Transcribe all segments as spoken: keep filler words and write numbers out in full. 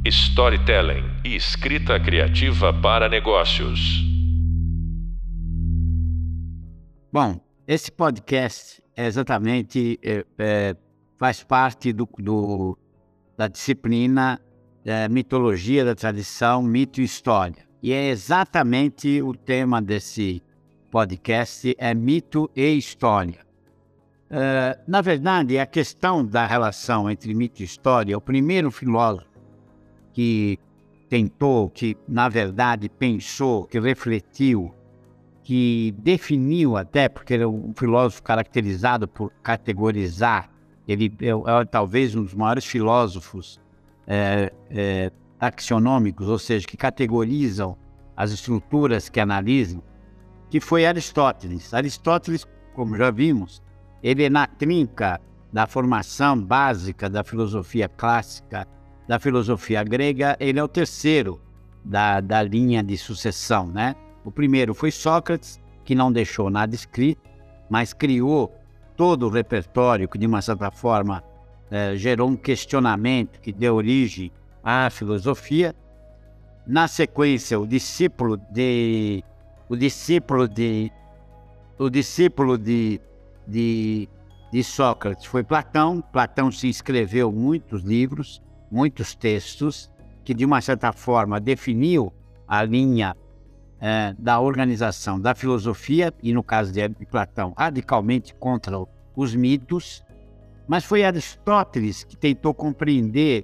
Storytelling e escrita criativa para negócios. Bom, esse podcast é exatamente é, é, faz parte do, do, da disciplina é, Mitologia da Tradição, Mito e História. E é exatamente o tema desse podcast, é mito e história. É, na verdade, a questão da relação entre mito e história, o primeiro filósofo que tentou, que na verdade pensou, que refletiu, que definiu até, porque ele é um filósofo caracterizado por categorizar, ele é, é talvez um dos maiores filósofos é, é, taxonômicos, ou seja, que categorizam as estruturas que analisam, que foi Aristóteles. Aristóteles, como já vimos, ele é na trinca da formação básica da filosofia clássica, da filosofia grega, ele é o terceiro da, da linha de sucessão, né? O primeiro foi Sócrates, que não deixou nada escrito, mas criou todo o repertório que, de uma certa forma, eh, gerou um questionamento que deu origem à filosofia. Na sequência, o discípulo de... O discípulo de... O discípulo de, de, de Sócrates foi Platão. Platão se escreveu muitos livros, muitos textos, que de uma certa forma definiu a linha é, da organização da filosofia, e no caso de Platão, radicalmente contra os mitos, mas foi Aristóteles que tentou compreender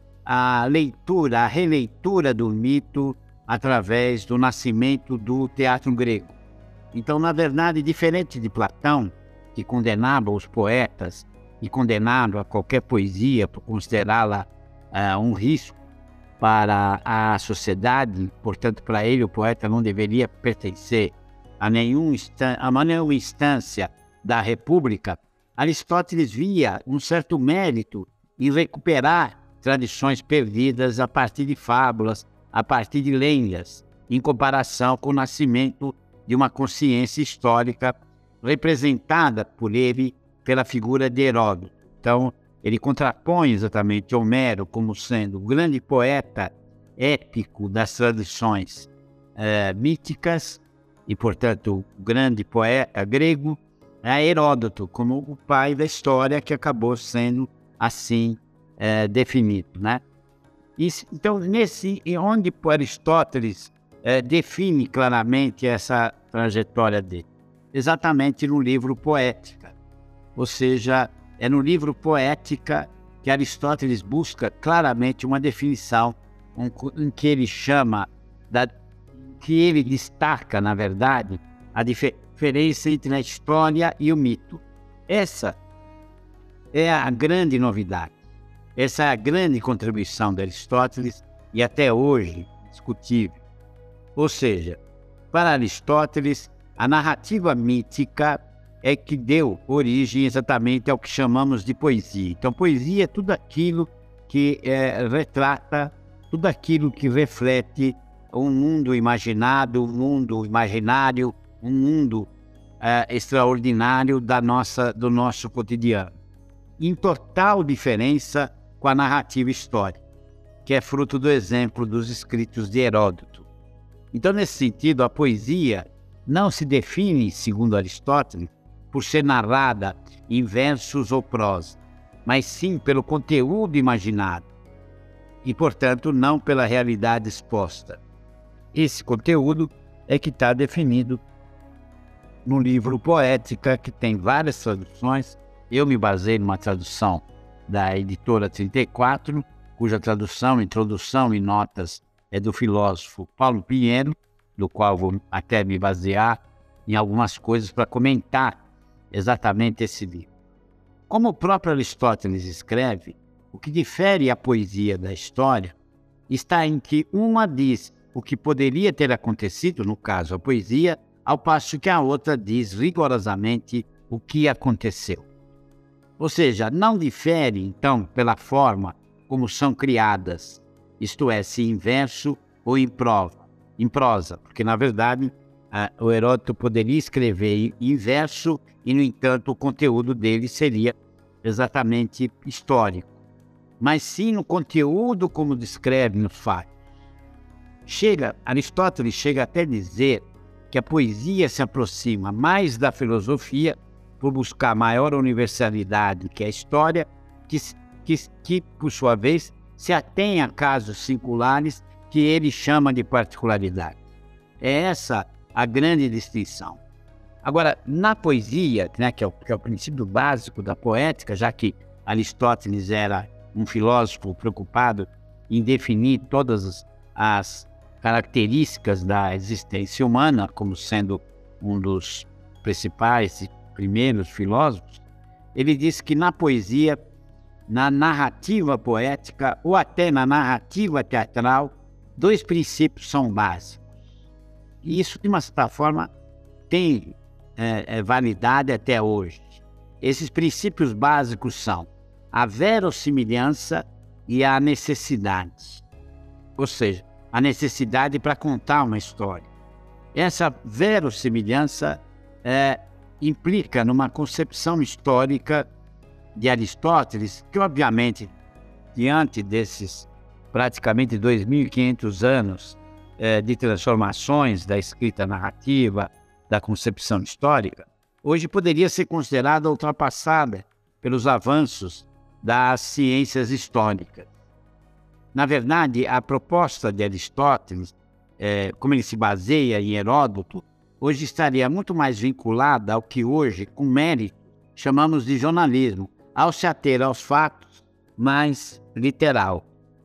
a leitura, a releitura do mito através do nascimento do teatro grego. Então, na verdade, diferente de Platão, que condenava os poetas e condenava qualquer poesia por considerá-la Uh, um risco para a sociedade, portanto, para ele, o poeta não deveria pertencer a, nenhum a nenhuma instância da República. Aristóteles via um certo mérito em recuperar tradições perdidas a partir de fábulas, a partir de lendas, em comparação com o nascimento de uma consciência histórica representada por ele pela figura de Heródoto. Então, ele contrapõe exatamente Homero como sendo o grande poeta épico das tradições eh, míticas e, portanto, o grande poeta grego, a Heródoto como o pai da história, que acabou sendo assim eh, definido, né? E, então, nesse, onde Aristóteles eh, define claramente essa trajetória dele? Exatamente no livro Poética, ou seja, é no livro Poética que Aristóteles busca claramente uma definição em que ele chama, da, que ele destaca, na verdade, a diferença entre a história e o mito. Essa é a grande novidade, essa é a grande contribuição de Aristóteles e até hoje discutível. Ou seja, para Aristóteles, a narrativa mítica é que deu origem exatamente ao que chamamos de poesia. Então, poesia é tudo aquilo que é, retrata, tudo aquilo que reflete um mundo imaginado, um mundo imaginário, um mundo é, extraordinário da nossa, do nosso cotidiano. Em total diferença com a narrativa histórica, que é fruto do exemplo dos escritos de Heródoto. Então, nesse sentido, a poesia não se define, segundo Aristóteles, por ser narrada em versos ou prosa, mas sim pelo conteúdo imaginado e, portanto, não pela realidade exposta. Esse conteúdo é que está definido no livro Poética, que tem várias traduções. Eu me baseei numa tradução da editora trinta e quatro, cuja tradução, introdução e notas é do filósofo Paulo Pinheiro, do qual vou até me basear em algumas coisas para comentar exatamente esse livro. Como o próprio Aristóteles escreve, o que difere a poesia da história está em que uma diz o que poderia ter acontecido, no caso a poesia, ao passo que a outra diz rigorosamente o que aconteceu. Ou seja, não difere, então, pela forma como são criadas, isto é, se em verso ou em, prova, em prosa, porque, na verdade, a, o Heródoto poderia escrever em verso e, no entanto, o conteúdo dele seria exatamente histórico. mas sim no conteúdo como descreve nos fatos. Chega, Aristóteles chega até dizer que a poesia se aproxima mais da filosofia por buscar maior universalidade que a história, que, que, que por sua vez se atém a casos singulares que ele chama de particularidade. É essa a grande distinção. Agora, na poesia, né, que, é o, que é o princípio básico da poética, já que Aristóteles era um filósofo preocupado em definir todas as, as características da existência humana, como sendo um dos principais e primeiros filósofos, ele diz que na poesia, na narrativa poética ou até na narrativa teatral, dois princípios são básicos. E isso, de uma certa forma, tem é, é, validade até hoje. Esses princípios básicos são a verossimilhança e a necessidade. Ou seja, a necessidade para contar uma história. Essa verossimilhança é, implica numa concepção histórica de Aristóteles, que obviamente, diante desses praticamente dois mil e quinhentos anos é, de transformações da escrita narrativa, da concepção histórica, hoje poderia ser considerada ultrapassada pelos avanços das ciências históricas. Na verdade, a proposta de Aristóteles, é, como ele se baseia em Heródoto, hoje estaria muito mais vinculada ao que hoje, com mérito, chamamos de jornalismo, ao se ater aos fatos mais literal.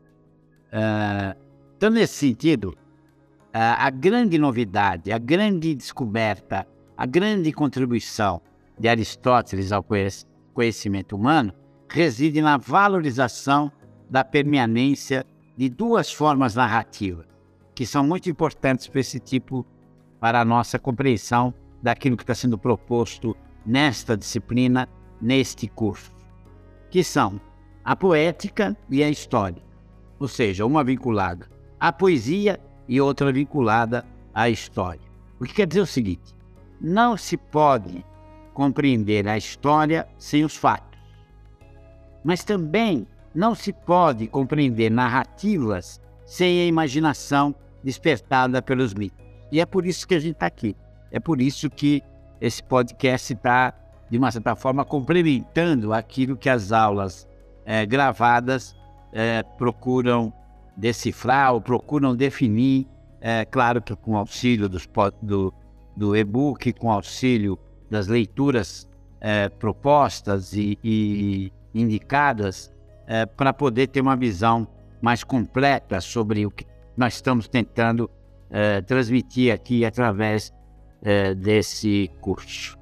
Uh, então, nesse sentido, uh, a grande novidade, a grande descoberta, a grande contribuição de Aristóteles ao conhecimento humano reside na valorização da permanência de duas formas narrativas, que são muito importantes para esse tipo, para a nossa compreensão daquilo que está sendo proposto nesta disciplina, neste curso, que são a poética e a história, ou seja, uma vinculada à poesia e outra vinculada à história. O que quer dizer o seguinte: não se pode compreender a história sem os fatos, mas também não se pode compreender narrativas sem a imaginação despertada pelos mitos. E é por isso que a gente está aqui. É por isso que esse podcast está, de uma certa forma, complementando aquilo que as aulas é, gravadas é, procuram decifrar ou procuram definir, é, claro que com auxílio dos, do, do e-book, com auxílio das leituras é, propostas e, e indicadas, é, para poder ter uma visão mais completa sobre o que nós estamos tentando é, transmitir aqui através é, desse curso.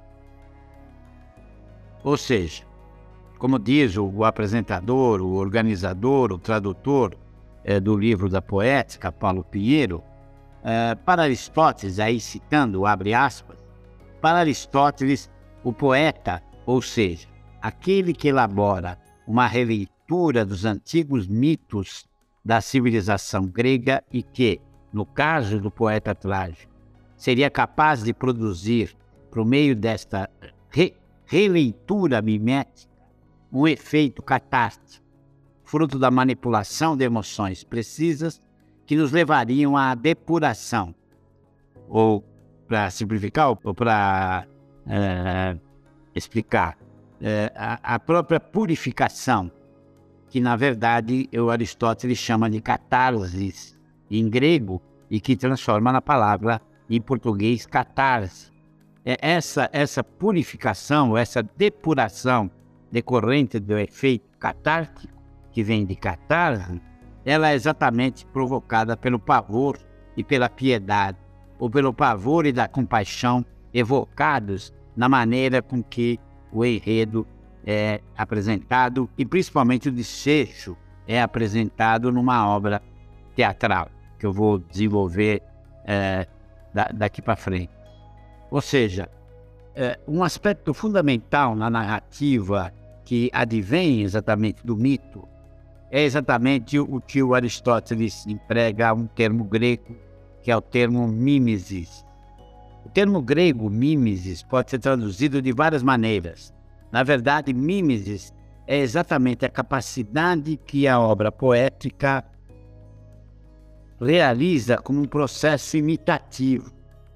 Ou seja, como diz o, o apresentador, o organizador, o tradutor é, do livro da poética, Paulo Pinheiro, é, para Aristóteles, aí citando, abre aspas, para Aristóteles, o poeta, ou seja, aquele que elabora uma releitura dos antigos mitos da civilização grega e que, no caso do poeta trágico, seria capaz de produzir, por meio desta re releitura mimética, um efeito catártico, fruto da manipulação de emoções precisas que nos levariam à depuração, ou, para simplificar, ou para é, explicar, é, a, a própria purificação, que na verdade o Aristóteles chama de catarsis em grego e que transforma na palavra em português catarse. É essa, essa purificação, essa depuração decorrente do efeito catártico, que vem de catarse, ela é exatamente provocada pelo pavor e pela piedade, ou pelo pavor e da compaixão evocados na maneira com que o enredo é apresentado e principalmente o desfecho é apresentado numa obra teatral, que eu vou desenvolver é, da, daqui para frente. Ou seja, é, um aspecto fundamental na narrativa que advém exatamente do mito é exatamente o que o Aristóteles emprega um termo grego, que é o termo mimesis. O termo grego mimesis pode ser traduzido de várias maneiras. Na verdade, mimesis é exatamente a capacidade que a obra poética realiza como um processo imitativo.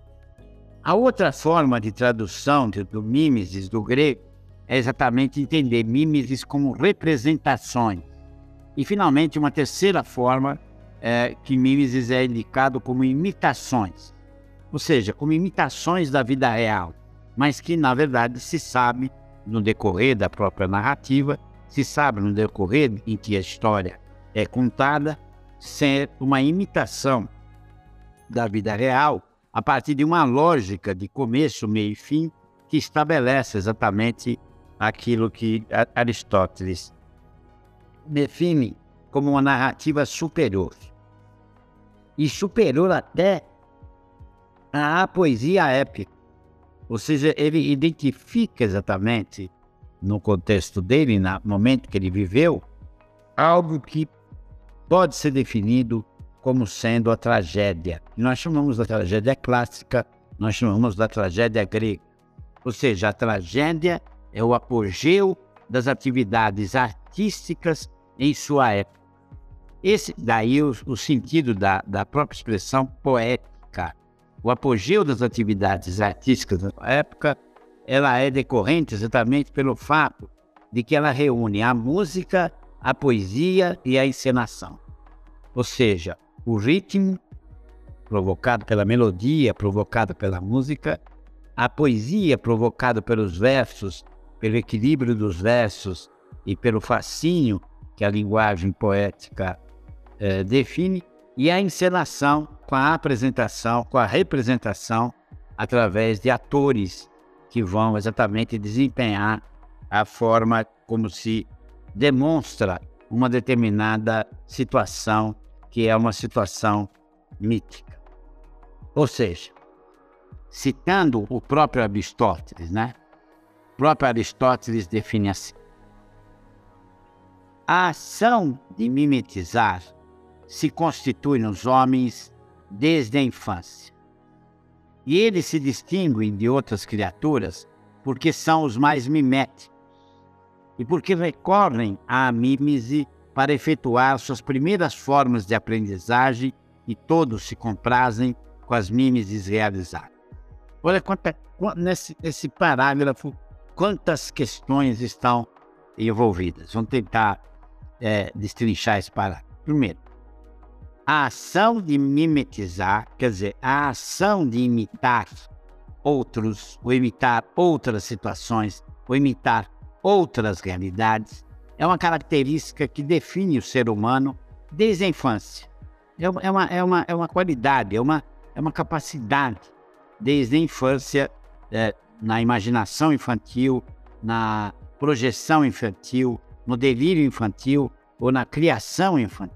A outra forma de tradução do mimesis do grego é exatamente entender mimesis como representações. E, finalmente, uma terceira forma é que mimesis é indicado como imitações, ou seja, como imitações da vida real, mas que, na verdade, se sabe no decorrer da própria narrativa, se sabe no decorrer em que a história é contada, ser uma imitação da vida real a partir de uma lógica de começo, meio e fim que estabelece exatamente aquilo que Aristóteles define como uma narrativa superior. E superior até à poesia épica. Ou seja, ele identifica exatamente, no contexto dele, no momento que ele viveu, algo que pode ser definido como sendo a tragédia. Nós chamamos da tragédia clássica, nós chamamos da tragédia grega. Ou seja, a tragédia é o apogeu das atividades artísticas em sua época. Esse daí o, o sentido da, da própria expressão poética. O apogeu das atividades artísticas da época, ela é decorrente exatamente pelo fato de que ela reúne a música, a poesia e a encenação. Ou seja, o ritmo provocado pela melodia, provocado pela música, a poesia provocada pelos versos, pelo equilíbrio dos versos e pelo fascínio que a linguagem poética eh, define, e a encenação com a apresentação, com a representação através de atores que vão exatamente desempenhar a forma como se demonstra uma determinada situação que é uma situação mítica. Ou seja, citando o próprio Aristóteles, né? O próprio Aristóteles define assim: a ação de mimetizar se constitui nos homens desde a infância. E eles se distinguem de outras criaturas porque são os mais miméticos e porque recorrem à mímese para efetuar suas primeiras formas de aprendizagem, e todos se comprazem com as mimeses realizadas. Olha quanta, nesse, nesse parágrafo quantas questões estão envolvidas. Vamos tentar é, destrinchar esse parágrafo. Primeiro, a ação de mimetizar, quer dizer, a ação de imitar outros, ou imitar outras situações, ou imitar outras realidades, é uma característica que define o ser humano desde a infância. É uma, é uma, é uma, é uma qualidade, é uma, é uma capacidade desde a infância, é, na imaginação infantil, na projeção infantil, no delírio infantil ou na criação infantil.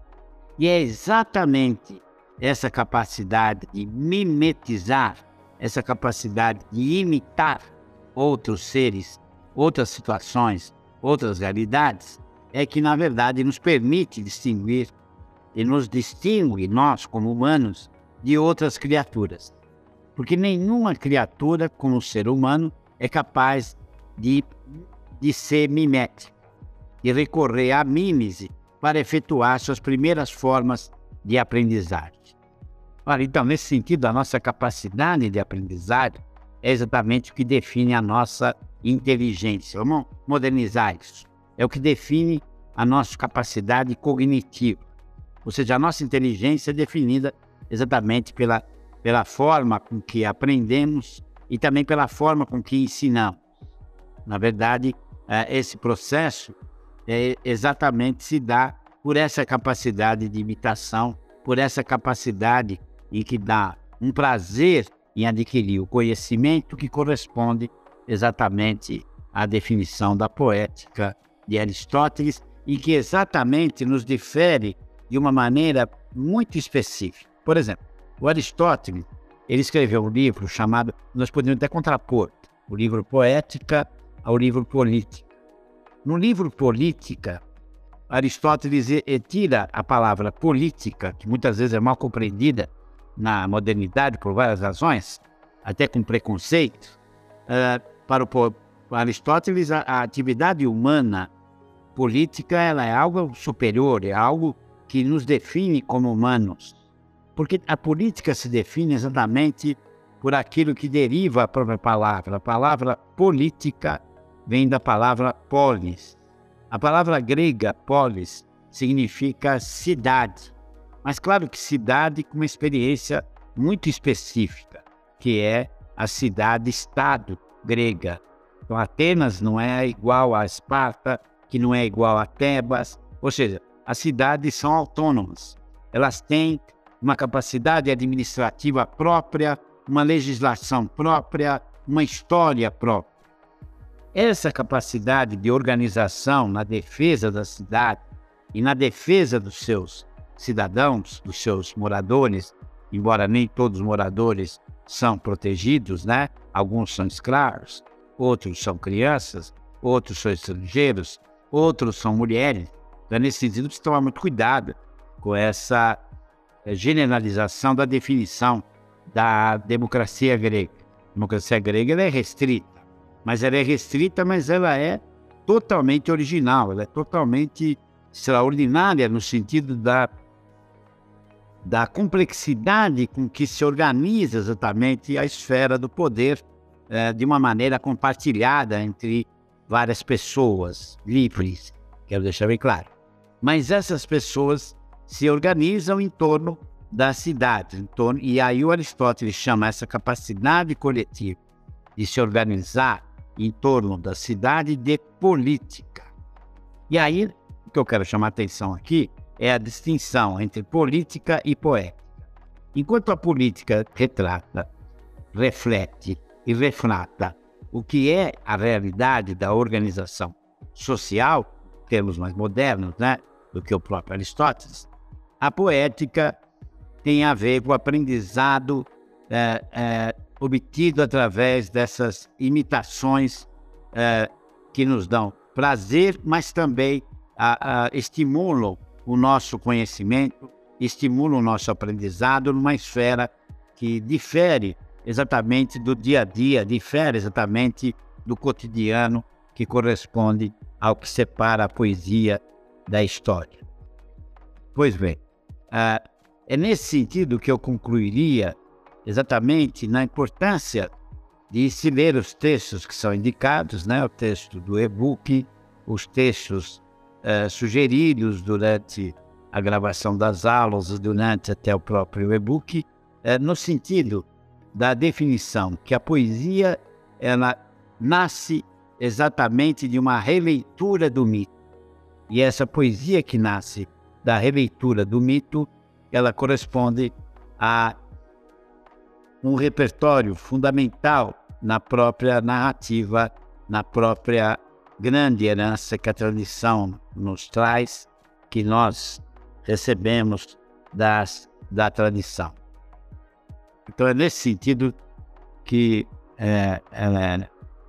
E é exatamente essa capacidade de mimetizar, essa capacidade de imitar outros seres, outras situações, outras realidades, é que, na verdade, nos permite distinguir e nos distingue, nós, como humanos, de outras criaturas. Porque nenhuma criatura, como o ser humano, é capaz de, de ser mimética e recorrer à mímese para efetuar suas primeiras formas de aprendizagem. Ora, então, nesse sentido, a nossa capacidade de aprendizagem é exatamente o que define a nossa inteligência. Vamos modernizar isso. É o que define a nossa capacidade cognitiva. Ou seja, a nossa inteligência é definida exatamente pela, pela forma com que aprendemos e também pela forma com que ensinamos. Na verdade, esse processo é, exatamente se dá por essa capacidade de imitação, por essa capacidade em que dá um prazer em adquirir o conhecimento que corresponde exatamente à definição da poética de Aristóteles e que exatamente nos difere de uma maneira muito específica. Por exemplo, o Aristóteles, ele escreveu um livro chamado, nós podemos até contrapor, o livro Poética ao livro Política. No livro Política, Aristóteles tira a palavra política, que muitas vezes é mal compreendida na modernidade por várias razões, até com preconceito. Uh, para, o, para Aristóteles, a, a atividade humana política ela é algo superior, é algo que nos define como humanos. Porque a política se define exatamente por aquilo que deriva a própria palavra. A palavra política vem da palavra polis. A palavra grega, polis, significa cidade. Mas claro que cidade com uma experiência muito específica, que é a cidade-estado grega. Então Atenas não é igual a Esparta, que não é igual a Tebas. Ou seja, as cidades são autônomas. Elas têm uma capacidade administrativa própria, uma legislação própria, uma história própria. Essa capacidade de organização na defesa da cidade e na defesa dos seus cidadãos, dos seus moradores, embora nem todos os moradores são protegidos, né? Alguns são escravos, outros são crianças, outros são estrangeiros, outros são mulheres. Então, nesse sentido, precisa tomar muito cuidado com essa generalização da definição da democracia grega. A democracia grega ela é restrita, mas ela é restrita, mas ela é totalmente original, ela é totalmente extraordinária no sentido da, da complexidade com que se organiza exatamente a esfera do poder eh, de uma maneira compartilhada entre várias pessoas livres, quero deixar bem claro. Mas essas pessoas se organizam em torno da cidade, em torno, e aí o Aristóteles chama essa capacidade coletiva de se organizar em torno da cidade de política. E aí, o que eu quero chamar a atenção aqui é a distinção entre política e poética. Enquanto a política retrata, reflete e refrata o que é a realidade da organização social, termos mais modernos, né, do que o próprio Aristóteles, a poética tem a ver com o aprendizado é, é, obtido através dessas imitações é, que nos dão prazer, mas também a, a, estimulam o nosso conhecimento, estimulam o nosso aprendizado numa esfera que difere exatamente do dia a dia, difere exatamente do cotidiano, que corresponde ao que separa a poesia da história. Pois bem, uh, é nesse sentido que eu concluiria exatamente na importância de se ler os textos que são indicados, né? O texto do e-book, os textos uh, sugeridos durante a gravação das aulas, durante até o próprio e-book, uh, no sentido da definição que a poesia ela nasce exatamente de uma releitura do mito. E essa poesia que nasce da releitura do mito, ela corresponde a um repertório fundamental na própria narrativa, na própria grande herança que a tradição nos traz, que nós recebemos das, da tradição. Então é nesse sentido que é, é,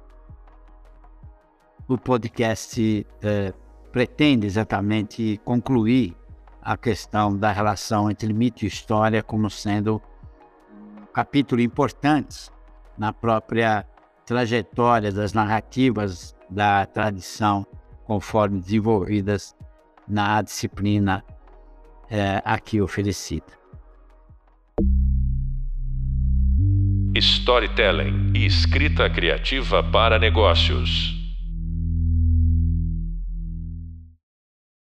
o podcast é, pretende exatamente concluir a questão da relação entre mito e história como sendo um capítulo importante na própria trajetória das narrativas da tradição conforme desenvolvidas na disciplina é, aqui oferecida. Storytelling e escrita criativa para negócios.